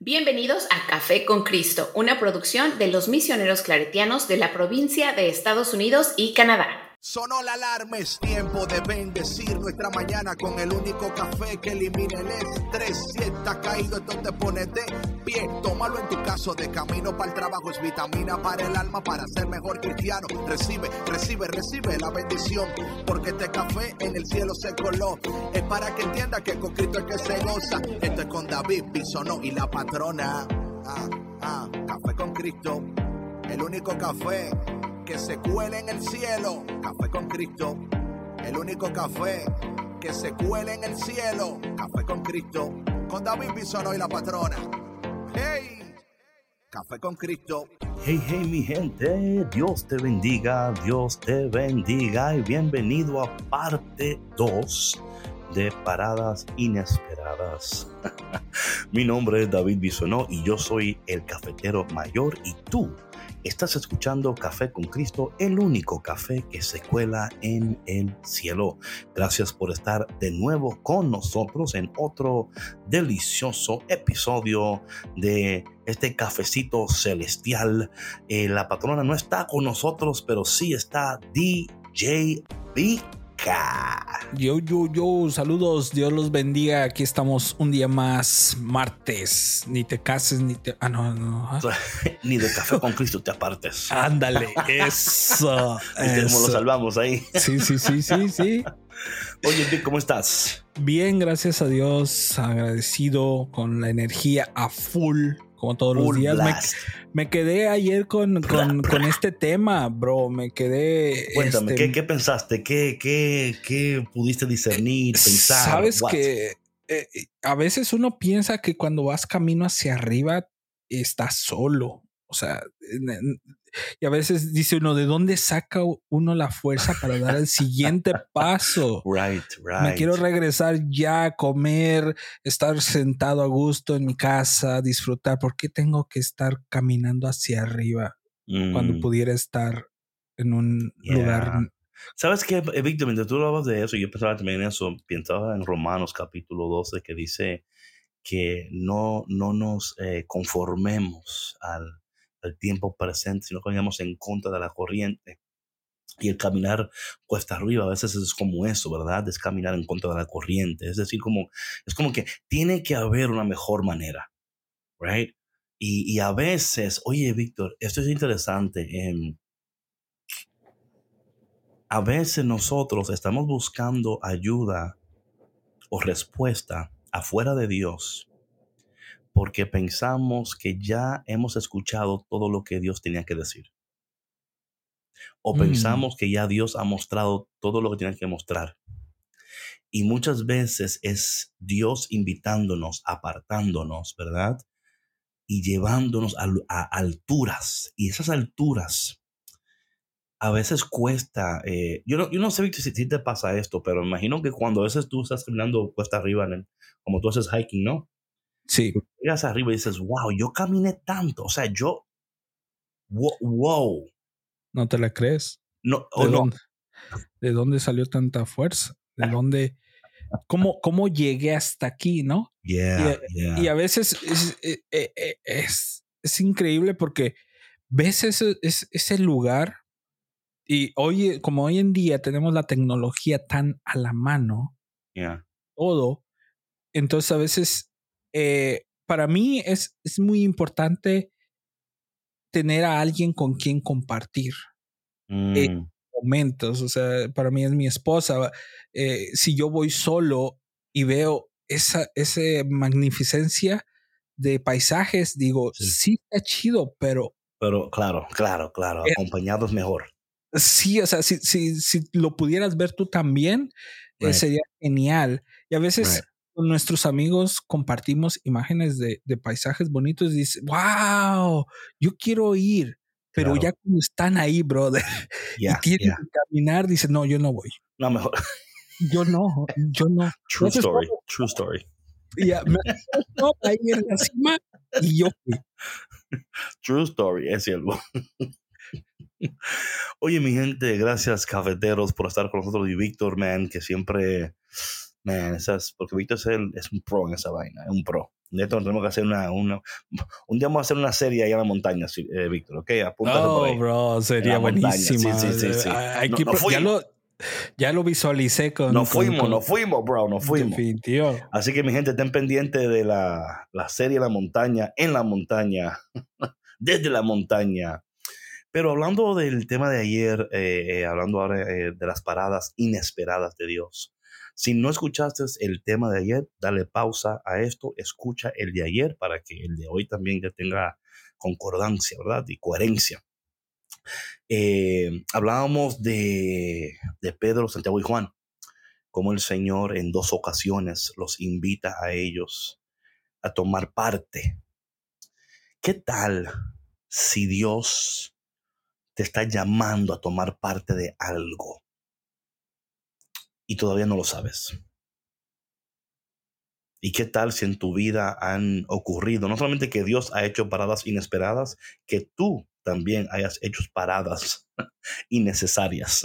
Bienvenidos a Café con Cristo, una producción de los misioneros claretianos de la provincia de Estados Unidos y Canadá. Sonó la alarma, es tiempo de bendecir nuestra mañana con el único café que elimina el estrés. Si estás caído, entonces ponete pie. Tómalo en tu caso, de camino para el trabajo. Es vitamina para el alma, para ser mejor cristiano. Recibe la bendición, porque este café en el cielo se coló. Es para que entiendas que con Cristo es que se goza. Esto es con David Bisonó y la patrona. Café con Cristo, el único café que se cuele en el cielo. Café con Cristo, el único café que se cuele en el cielo. Café con Cristo, con David Bisonó y la patrona. ¡Hey! Café con Cristo. Hey, mi gente, Dios te bendiga y bienvenido a parte 2 de Paradas Inesperadas. Mi nombre es David Bisonó y yo soy el cafetero mayor y tú estás escuchando Café con Cristo, el único café que se cuela en el cielo. Gracias por estar de nuevo con nosotros en otro delicioso episodio de este cafecito celestial. La patrona no está con nosotros, pero sí está DJ Vika. Yo, saludos, Dios los bendiga. Aquí estamos un día más, martes. Ni te cases, ni te... no. Ni de Café con Cristo te apartes. Ándale, eso. Como lo salvamos ahí. Sí. Oye, Vic, ¿cómo estás? Bien, gracias a Dios. Agradecido, con la energía a full, como todos los días. Me quedé ayer con este tema, bro. Me quedé... Cuéntame, ¿qué pensaste? ¿Qué pudiste discernir, pensar? Sabes que a veces uno piensa que cuando vas camino hacia arriba estás solo. O sea, y a veces dice uno, ¿de dónde saca uno la fuerza para dar el siguiente paso? Right. Me quiero regresar ya, comer, estar sentado a gusto en mi casa, disfrutar. ¿Por qué tengo que estar caminando hacia arriba cuando pudiera estar en un lugar? ¿Sabes qué, Víctor? Mientras tú hablabas de eso, yo pensaba también en eso. Pensaba en Romanos capítulo 12, que dice que no nos conformemos al tiempo presente, sino que vayamos en contra de la corriente. Y el caminar cuesta arriba a veces es como eso, ¿verdad? Es caminar en contra de la corriente. Es decir, es como que tiene que haber una mejor manera, ¿right? Y a veces, oye, Víctor, esto es interesante. A veces nosotros estamos buscando ayuda o respuesta afuera de Dios porque pensamos que ya hemos escuchado todo lo que Dios tenía que decir. O pensamos que ya Dios ha mostrado todo lo que tiene que mostrar. Y muchas veces es Dios invitándonos, apartándonos, ¿verdad? Y llevándonos a alturas. Y esas alturas a veces cuesta. Yo no sé si te pasa esto, pero me imagino que cuando a veces tú estás caminando cuesta arriba, como tú haces hiking, ¿no? Sí. Llegas arriba y dices, wow, yo caminé tanto. O sea, wow. ¿No te la crees? No, ¿De dónde salió tanta fuerza? ¿De dónde? ¿Cómo llegué hasta aquí, no? Yeah. Y a veces es increíble porque ves ese lugar y como hoy en día tenemos la tecnología tan a la mano, todo, entonces a veces para mí es muy importante tener a alguien con quien compartir momentos. O sea, para mí es mi esposa. Si yo voy solo y veo esa magnificencia de paisajes, digo, sí está chido, pero claro, acompañado es mejor. Sí, o sea, si lo pudieras ver tú también, sería genial. Y a veces con nuestros amigos compartimos imágenes de paisajes bonitos y dices, wow, yo quiero ir. Pero ya cuando están ahí, brother, y tienen que caminar, dicen, no, yo no voy. No, mejor. Yo no. True story. Ya, me ahí en la cima y yo fui. True story, es cierto. Oye, mi gente, gracias, cafeteros, por estar con nosotros. Y Víctor, man, que siempre, porque Víctor es un pro en esa vaina, es un pro. De esto tenemos que hacer un día vamos a hacer una serie ahí en la montaña, Víctor, ¿ok? Apúntate por ahí. Bro, sería buenísima. Sí. Ya lo visualicé con... Nos fuimos, bro, nos fuimos. Definitivo. Así que mi gente, estén pendientes de la serie La Montaña, en la montaña, desde la montaña. Pero hablando del tema de ayer, hablando ahora de las paradas inesperadas de Dios. Si no escuchaste el tema de ayer, dale pausa a esto, escucha el de ayer para que el de hoy también ya tenga concordancia, ¿verdad? Y coherencia. Hablábamos de Pedro, Santiago y Juan, cómo el Señor en 2 ocasiones los invita a ellos a tomar parte. ¿Qué tal si Dios te está llamando a tomar parte de algo y todavía no lo sabes? ¿Y qué tal si en tu vida han ocurrido, no solamente que Dios ha hecho paradas inesperadas, que tú también hayas hecho paradas innecesarias?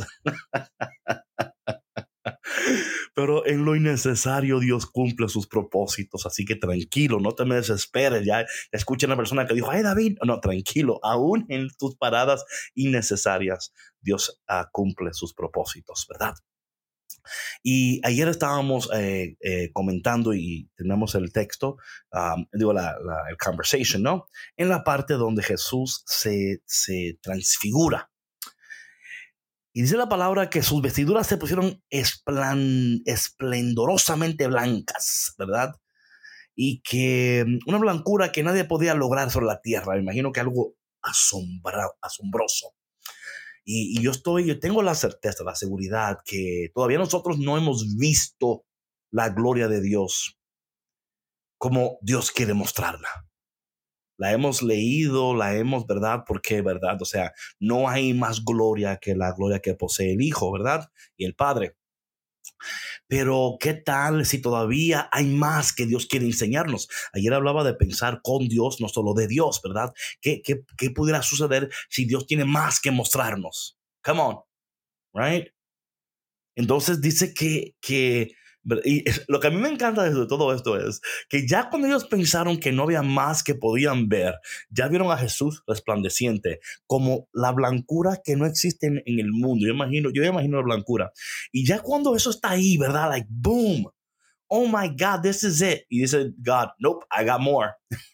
Pero en lo innecesario Dios cumple sus propósitos, así que tranquilo, no te me desesperes. Ya escucha a una persona que dijo, ay David, no, tranquilo, aún en tus paradas innecesarias Dios cumple sus propósitos, ¿verdad? Y ayer estábamos comentando y tenemos el texto, el conversation, ¿no? En la parte donde Jesús se transfigura. Y dice la palabra que sus vestiduras se pusieron esplendorosamente blancas, ¿verdad? Y que una blancura que nadie podía lograr sobre la tierra. Me imagino que algo asombroso. Y yo tengo la certeza, la seguridad que todavía nosotros no hemos visto la gloria de Dios como Dios quiere mostrarla. La hemos leído, ¿verdad? Porque, ¿verdad? O sea, no hay más gloria que la gloria que posee el Hijo, ¿verdad? Y el Padre. Pero, ¿qué tal si todavía hay más que Dios quiere enseñarnos? Ayer hablaba de pensar con Dios, no solo de Dios, ¿verdad? ¿Qué pudiera suceder si Dios tiene más que mostrarnos? Come on, right? Entonces dice y lo que a mí me encanta de todo esto es que ya cuando ellos pensaron que no había más que podían ver, ya vieron a Jesús resplandeciente, como la blancura que no existe en el mundo. Yo imagino la blancura. Y ya cuando eso está ahí, ¿verdad? Like, boom. Oh my God, this is it. Y dice God, nope, I got more.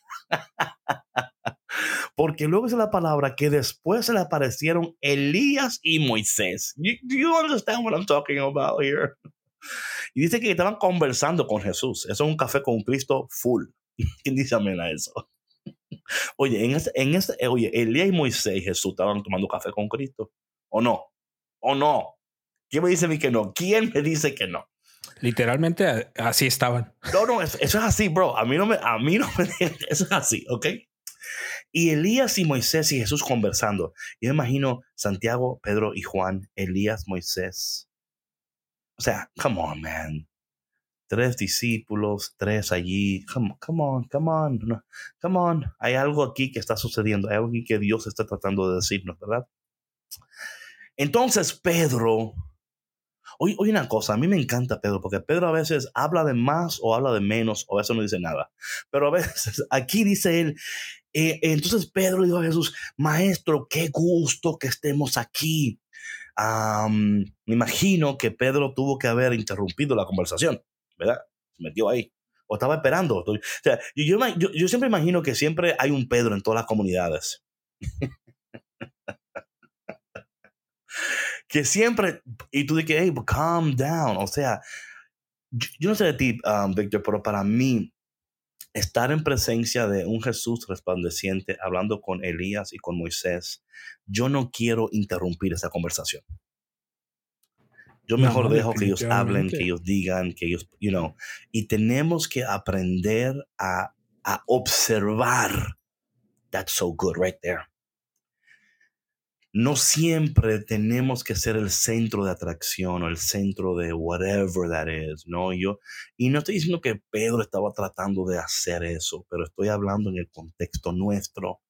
Porque luego dice la palabra que después se le aparecieron Elías y Moisés. Do you understand what I'm talking about here? Y dice que estaban conversando con Jesús. Eso es un café con Cristo full. ¿Quién dice amén a eso? Oye, Elías y Moisés y Jesús estaban tomando café con Cristo. ¿O no? ¿O no? ¿Quién me dice a mí que no? ¿Quién me dice que no? Literalmente así estaban. No, eso es así, bro. A mí no me eso es así, ¿ok? Y Elías y Moisés y Jesús conversando. Yo me imagino Santiago, Pedro y Juan, Elías, Moisés. O sea, come on, man. 3 discípulos, 3 allí. Come on. Hay algo aquí que está sucediendo. Hay algo aquí que Dios está tratando de decirnos, ¿verdad? Entonces Pedro, oye una cosa, a mí me encanta Pedro, porque Pedro a veces habla de más o habla de menos, o a veces no dice nada. Pero a veces aquí dice él, entonces Pedro dijo a Jesús, Maestro, qué gusto que estemos aquí. Me imagino que Pedro tuvo que haber interrumpido la conversación, ¿verdad? Se metió ahí. O estaba esperando. O sea, yo siempre imagino que siempre hay un Pedro en todas las comunidades. Que siempre, y tú dices, hey, calm down. O sea, yo no sé de ti, Víctor, pero para mí, estar en presencia de un Jesús resplandeciente, hablando con Elías y con Moisés, yo no quiero interrumpir esa conversación. Yo mejor dejo que ellos hablen, que ellos digan, que ellos, y tenemos que aprender a observar. That's so good right there. No siempre tenemos que ser el centro de atracción o el centro de whatever that is, ¿no? Y no estoy diciendo que Pedro estaba tratando de hacer eso, pero estoy hablando en el contexto nuestro.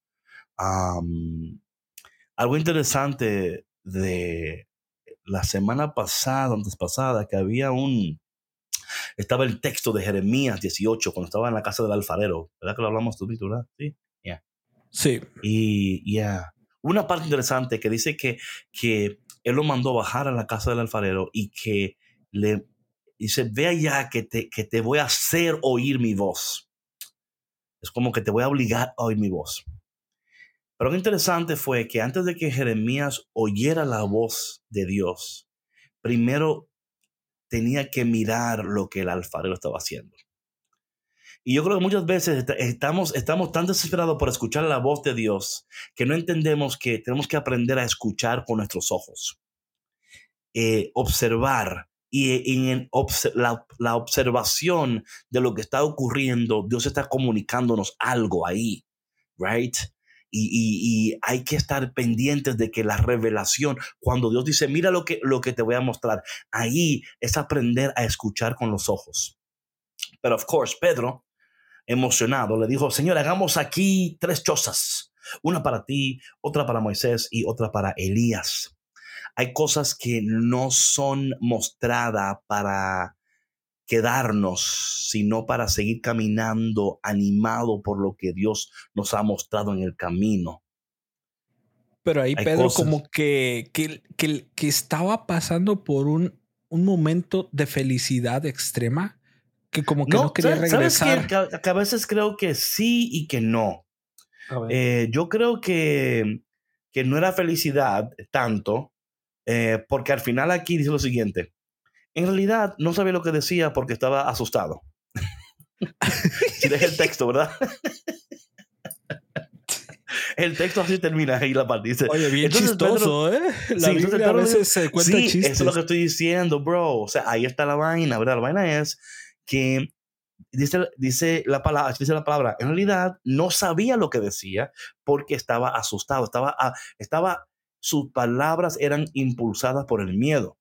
Algo interesante de la semana pasada, antes pasada, que había un Estaba el texto de Jeremías 18, cuando estaba en la casa del alfarero. ¿Verdad que lo hablamos tú, verdad? Sí. Yeah. Sí. Y una parte interesante que dice que él lo mandó bajar a la casa del alfarero y que le dice, ve allá que te voy a hacer oír mi voz. Es como que te voy a obligar a oír mi voz. Pero lo interesante fue que antes de que Jeremías oyera la voz de Dios, primero tenía que mirar lo que el alfarero estaba haciendo. Y yo creo que muchas veces estamos tan desesperados por escuchar la voz de Dios que no entendemos que tenemos que aprender a escuchar con nuestros ojos. Observar. Y en la observación de lo que está ocurriendo, Dios está comunicándonos algo ahí. Right? Y hay que estar pendientes de que la revelación, cuando Dios dice, mira lo que te voy a mostrar, ahí es aprender a escuchar con los ojos. Pero, of course, Pedro, emocionado, le dijo, Señor, hagamos aquí 3 chozas, una para ti, otra para Moisés y otra para Elías. Hay cosas que no son mostradas para quedarnos, sino para seguir caminando animado por lo que Dios nos ha mostrado en el camino. Pero ahí hay Pedro cosas, como que estaba pasando por un momento de felicidad extrema, que como que no quería regresar. ¿Sabes que a veces creo que sí y que no? Yo creo que no era felicidad tanto, porque al final aquí dice lo siguiente. En realidad no sabía lo que decía porque estaba asustado. Si deja el texto, ¿verdad? El texto así termina ahí la parte. Dice, oye, bien chistoso, Pedro, La Biblia a veces se cuenta chistes. Eso es lo que estoy diciendo, bro. O sea, ahí está la vaina, ¿verdad? La vaina es que dice la palabra, en realidad no sabía lo que decía porque estaba asustado. Sus palabras eran impulsadas por el miedo.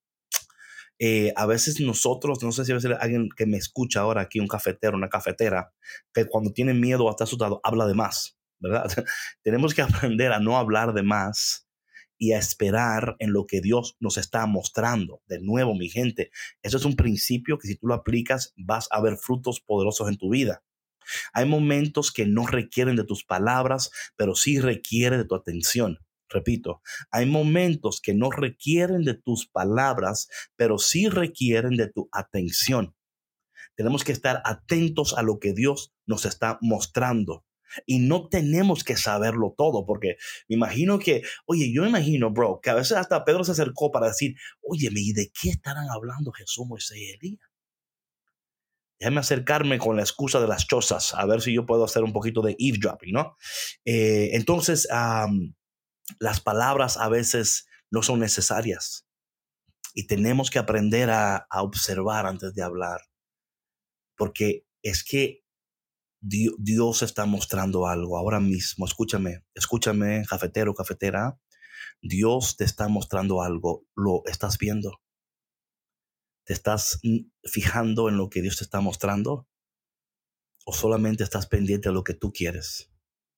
A veces nosotros, no sé si a veces alguien que me escucha ahora aquí, un cafetero, una cafetera, que cuando tiene miedo o está asustado, habla de más, ¿verdad? Tenemos que aprender a no hablar de más y a esperar en lo que Dios nos está mostrando. De nuevo, mi gente, eso es un principio que si tú lo aplicas, vas a ver frutos poderosos en tu vida. Hay momentos que no requieren de tus palabras, pero sí requieren de tu atención. Repito, hay momentos que no requieren de tus palabras, pero sí requieren de tu atención. Tenemos que estar atentos a lo que Dios nos está mostrando. Y no tenemos que saberlo todo, porque yo me imagino, bro, que a veces hasta Pedro se acercó para decir, oye, ¿y de qué estarán hablando Jesús, Moisés y Elías? Déjame acercarme con la excusa de las chozas, a ver si yo puedo hacer un poquito de eavesdropping, ¿no? Entonces, las palabras a veces no son necesarias y tenemos que aprender a observar antes de hablar, porque es que Dios está mostrando algo ahora mismo. Escúchame, cafetero, cafetera. Dios te está mostrando algo. ¿Lo estás viendo? ¿Te estás fijando en lo que Dios te está mostrando? ¿O solamente estás pendiente de lo que tú quieres?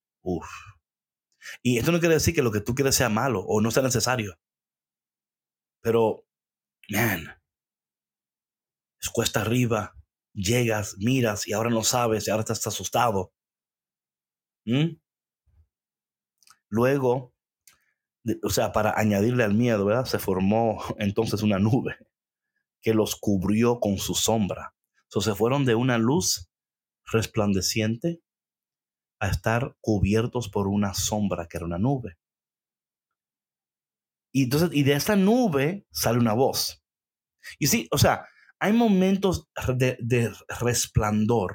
Y esto no quiere decir que lo que tú quieres sea malo o no sea necesario. Pero, es cuesta arriba. Llegas, miras y ahora no sabes y ahora estás asustado. Luego, para añadirle al miedo, ¿verdad? Se formó entonces una nube que los cubrió con su sombra. Se fueron de una luz resplandeciente a estar cubiertos por una sombra que era una nube. Y de esta nube sale una voz. Y sí, hay momentos de resplandor.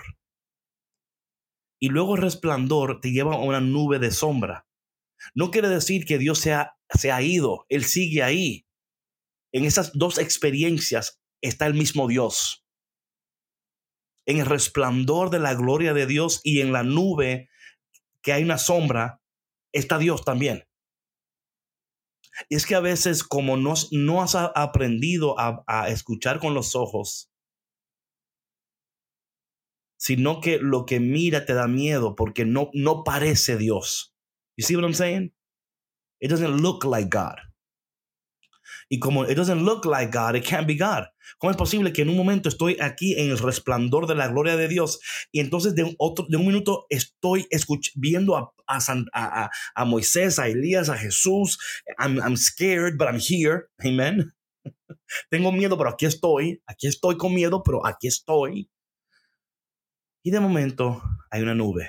Y luego el resplandor te lleva a una nube de sombra. No quiere decir que Dios se ha ido. Él sigue ahí. En esas dos experiencias está el mismo Dios. En el resplandor de la gloria de Dios y en la nube que hay una sombra, está Dios también. Y es que a veces como no has aprendido a escuchar con los ojos, sino que lo que mira te da miedo porque no parece Dios. You see what I'm saying? It doesn't look like God. Y como it doesn't look like God, it can't be God. ¿Cómo es posible que en un momento estoy aquí en el resplandor de la gloria de Dios y entonces de un minuto estoy viendo a Moisés, a Elías, a Jesús? I'm scared, but I'm here. Amen. Tengo miedo, pero aquí estoy. Aquí estoy con miedo, pero aquí estoy. Y de momento hay una nube.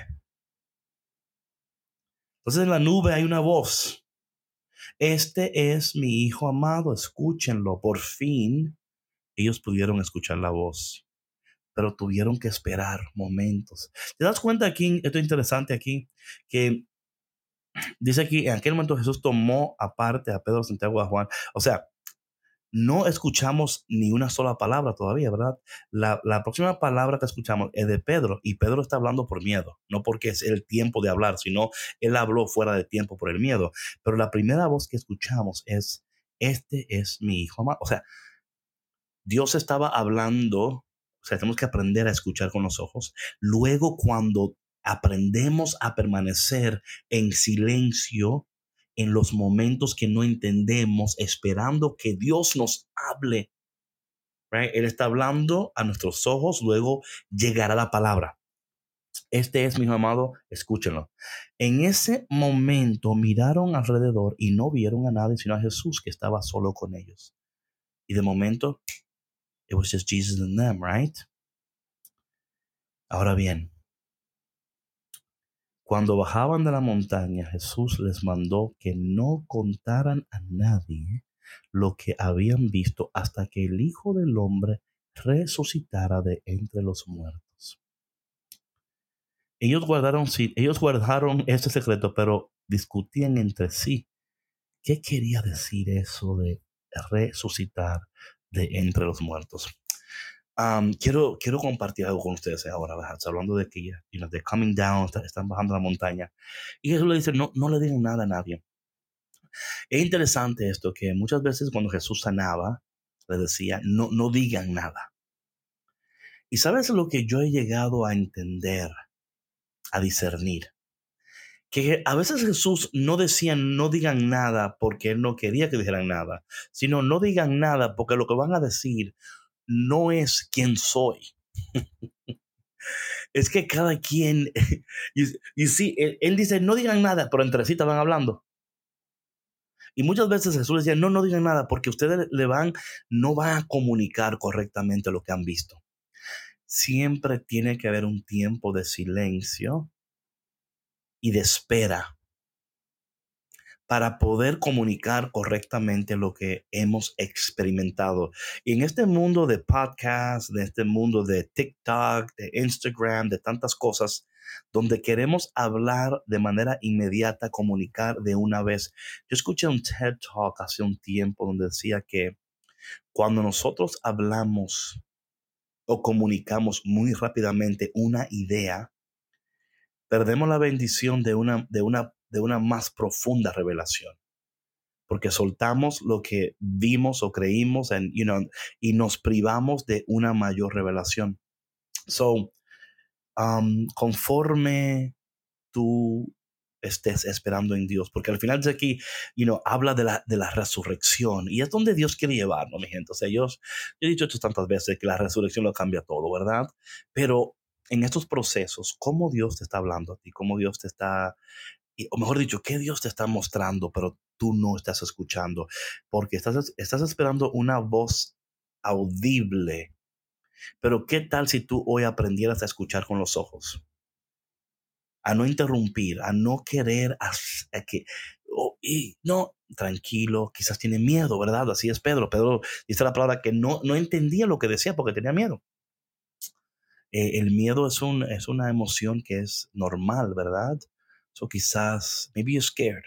Entonces en la nube hay una voz. Este es mi hijo amado, escúchenlo. Por fin ellos pudieron escuchar la voz, pero tuvieron que esperar momentos. ¿Te das cuenta aquí? Esto es interesante aquí, que dice aquí, en aquel momento Jesús tomó aparte a Pedro, Santiago y a Juan. O sea, no escuchamos ni una sola palabra todavía, ¿verdad? La próxima palabra que escuchamos es de Pedro, y Pedro está hablando por miedo, no porque es el tiempo de hablar, sino él habló fuera de tiempo por el miedo. Pero la primera voz que escuchamos es, este es mi hijo amado. O sea, Dios estaba hablando. O sea, tenemos que aprender a escuchar con los ojos. Luego, cuando aprendemos a permanecer en silencio en los momentos que no entendemos, esperando que Dios nos hable, right? Él está hablando a nuestros ojos, luego llegará la palabra. Este es mi hijo amado, escúchenlo. En ese momento miraron alrededor y no vieron a nadie sino a Jesús, que estaba solo con ellos. Y de momento, it was just Jesus and them, right? Ahora bien, cuando bajaban de la montaña, Jesús les mandó que no contaran a nadie lo que habían visto hasta que el Hijo del Hombre resucitara de entre los muertos. Ellos guardaron este secreto, pero discutían entre sí. ¿Qué quería decir eso de resucitar de entre los muertos? Quiero compartir algo con ustedes ahora, ¿verdad? Hablando de que ya, de coming down, están bajando la montaña. Y Jesús le dice, no le digan nada a nadie. Es interesante esto, que muchas veces cuando Jesús sanaba, le decía, no digan nada. Y ¿sabes lo que yo he llegado a entender, a discernir? Que a veces Jesús no decía no digan nada porque Él no quería que dijeran nada, sino no digan nada porque lo que van a decir no es quién soy. Es que cada quien, y sí, él dice, no digan nada, pero entre sí estaban hablando. Y muchas veces Jesús decía, no digan nada, porque ustedes no van a comunicar correctamente lo que han visto. Siempre tiene que haber un tiempo de silencio y de espera para poder comunicar correctamente lo que hemos experimentado. Y en este mundo de podcast, de este mundo de TikTok, de Instagram, de tantas cosas, donde queremos hablar de manera inmediata, comunicar de una vez. Yo escuché un TED Talk hace un tiempo donde decía que cuando nosotros hablamos o comunicamos muy rápidamente una idea, perdemos la bendición de una más profunda revelación, porque soltamos lo que vimos o creímos y nos privamos de una mayor revelación. So, conforme tú estés esperando en Dios, porque al final de aquí, habla de la resurrección, y es donde Dios quiere llevarnos, mi gente. O sea, yo he dicho esto tantas veces, que la resurrección lo cambia todo, ¿verdad? Pero en estos procesos, ¿cómo Dios te está hablando a ti? ¿Cómo Dios te está, o mejor dicho, qué Dios te está mostrando, pero tú no estás escuchando? Porque estás esperando una voz audible. Pero ¿qué tal si tú hoy aprendieras a escuchar con los ojos? A no interrumpir, a no querer no, tranquilo, quizás tiene miedo, ¿verdad? Así es Pedro. Pedro dice la palabra que no entendía lo que decía porque tenía miedo. El miedo es una emoción que es normal, ¿verdad? So quizás, maybe you're scared.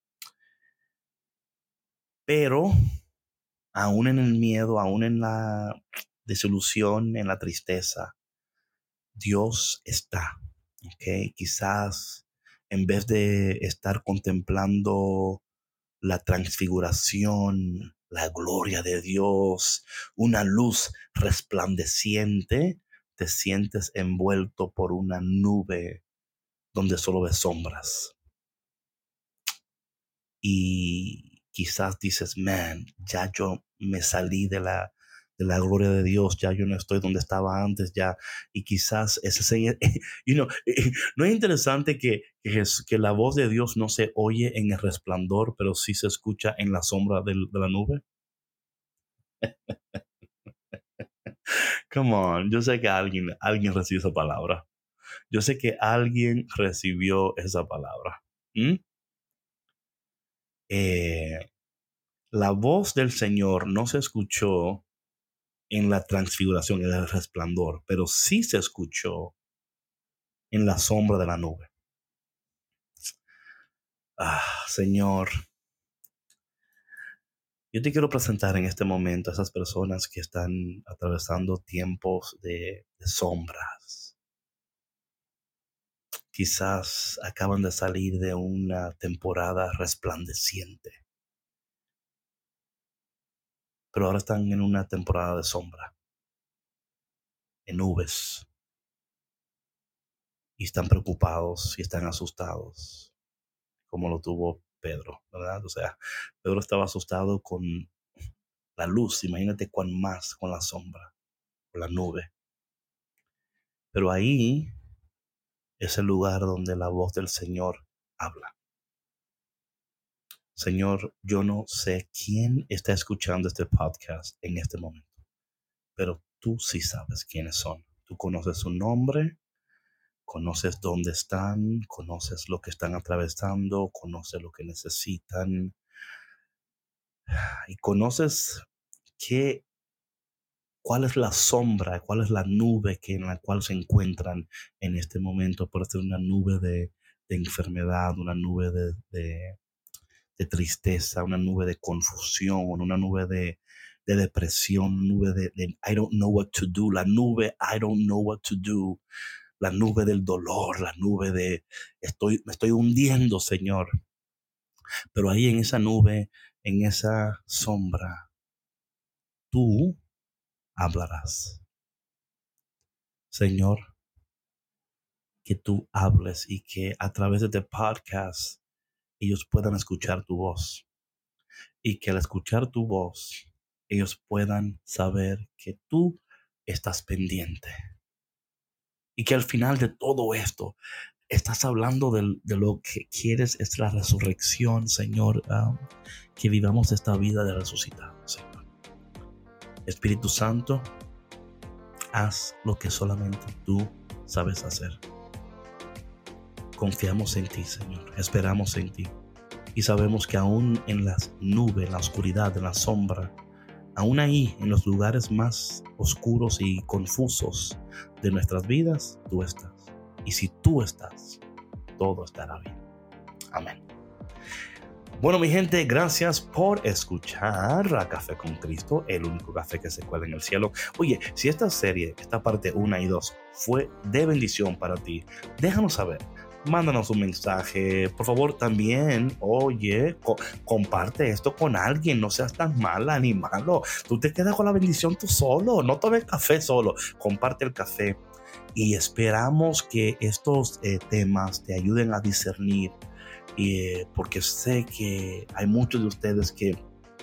Pero aún en el miedo, aún en la desilusión, en la tristeza, Dios está, ¿ok? Quizás en vez de estar contemplando la transfiguración, la gloria de Dios, una luz resplandeciente, te sientes envuelto por una nube donde solo ves sombras. Y quizás dices, man, ya yo me salí de la gloria de Dios, ya yo no estoy donde estaba antes, ya, y quizás ese, no es interesante que la voz de Dios no se oye en el resplandor, pero sí se escucha en la sombra de la nube. Come on, yo sé que alguien recibió esa palabra. Yo sé que alguien recibió esa palabra. La voz del Señor no se escuchó en la transfiguración, en el resplandor, pero sí se escuchó en la sombra de la nube. Señor, yo te quiero presentar en este momento a esas personas que están atravesando tiempos de sombras. Quizás acaban de salir de una temporada resplandeciente, pero ahora están en una temporada de sombra, en nubes, y están preocupados y están asustados, como lo tuvo Pedro, ¿verdad? O sea, Pedro estaba asustado con la luz, imagínate cuán más con la sombra, con la nube. Pero ahí es el lugar donde la voz del Señor habla. Señor, yo no sé quién está escuchando este podcast en este momento, pero tú sí sabes quiénes son. Tú conoces su nombre, conoces dónde están, conoces lo que están atravesando, conoces lo que necesitan y conoces cuál es la sombra, cuál es la nube en la cual se encuentran en este momento. Puede ser una nube de enfermedad, una nube de tristeza, una nube de confusión, una nube de depresión, una nube de I don't know what to do, la nube I don't know what to do, la nube del dolor, la nube de me estoy hundiendo, Señor. Pero ahí en esa nube, en esa sombra, tú hablarás. Señor, que tú hables y que a través de este podcast ellos puedan escuchar tu voz. Y que al escuchar tu voz, ellos puedan saber que tú estás pendiente. Y que al final de todo esto, estás hablando de lo que quieres es la resurrección, Señor. Que vivamos esta vida de resucitado, Señor. Espíritu Santo, haz lo que solamente tú sabes hacer. Confiamos en ti, Señor. Esperamos en ti. Y sabemos que aún en las nubes, en la oscuridad, en la sombra, aún ahí, en los lugares más oscuros y confusos de nuestras vidas, tú estás. Y si tú estás, todo estará bien. Amén. Bueno, mi gente, gracias por escuchar a Café con Cristo, el único café que se cuela en el cielo. Oye, si esta serie, esta parte 1 y 2, fue de bendición para ti, déjanos saber. Mándanos un mensaje, por favor. También, oye, comparte esto con alguien, no seas tan mala ni malo. Tú te quedas con la bendición tú solo, no tomes café solo, comparte el café. Y esperamos que estos temas te ayuden a discernir, porque sé que hay muchos de ustedes que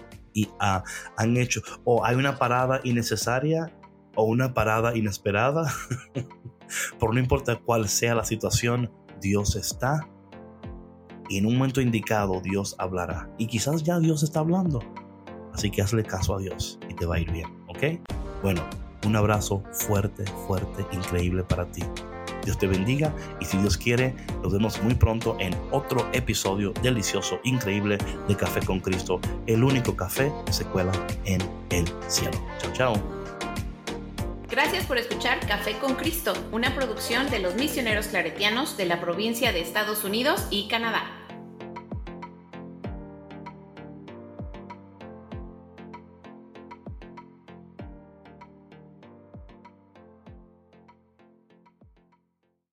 han hecho, o hay una parada innecesaria o una parada inesperada, pero no importa cuál sea la situación, Dios está, y en un momento indicado Dios hablará, y quizás ya Dios está hablando, así que hazle caso a Dios y te va a ir bien, ¿ok? Bueno, un abrazo fuerte, increíble para ti. Dios te bendiga, y si Dios quiere, nos vemos muy pronto en otro episodio delicioso, increíble de Café con Cristo, el único café que se cuela en el cielo. Chao, chao. Gracias por escuchar Café con Cristo, una producción de los misioneros claretianos de la provincia de Estados Unidos y Canadá.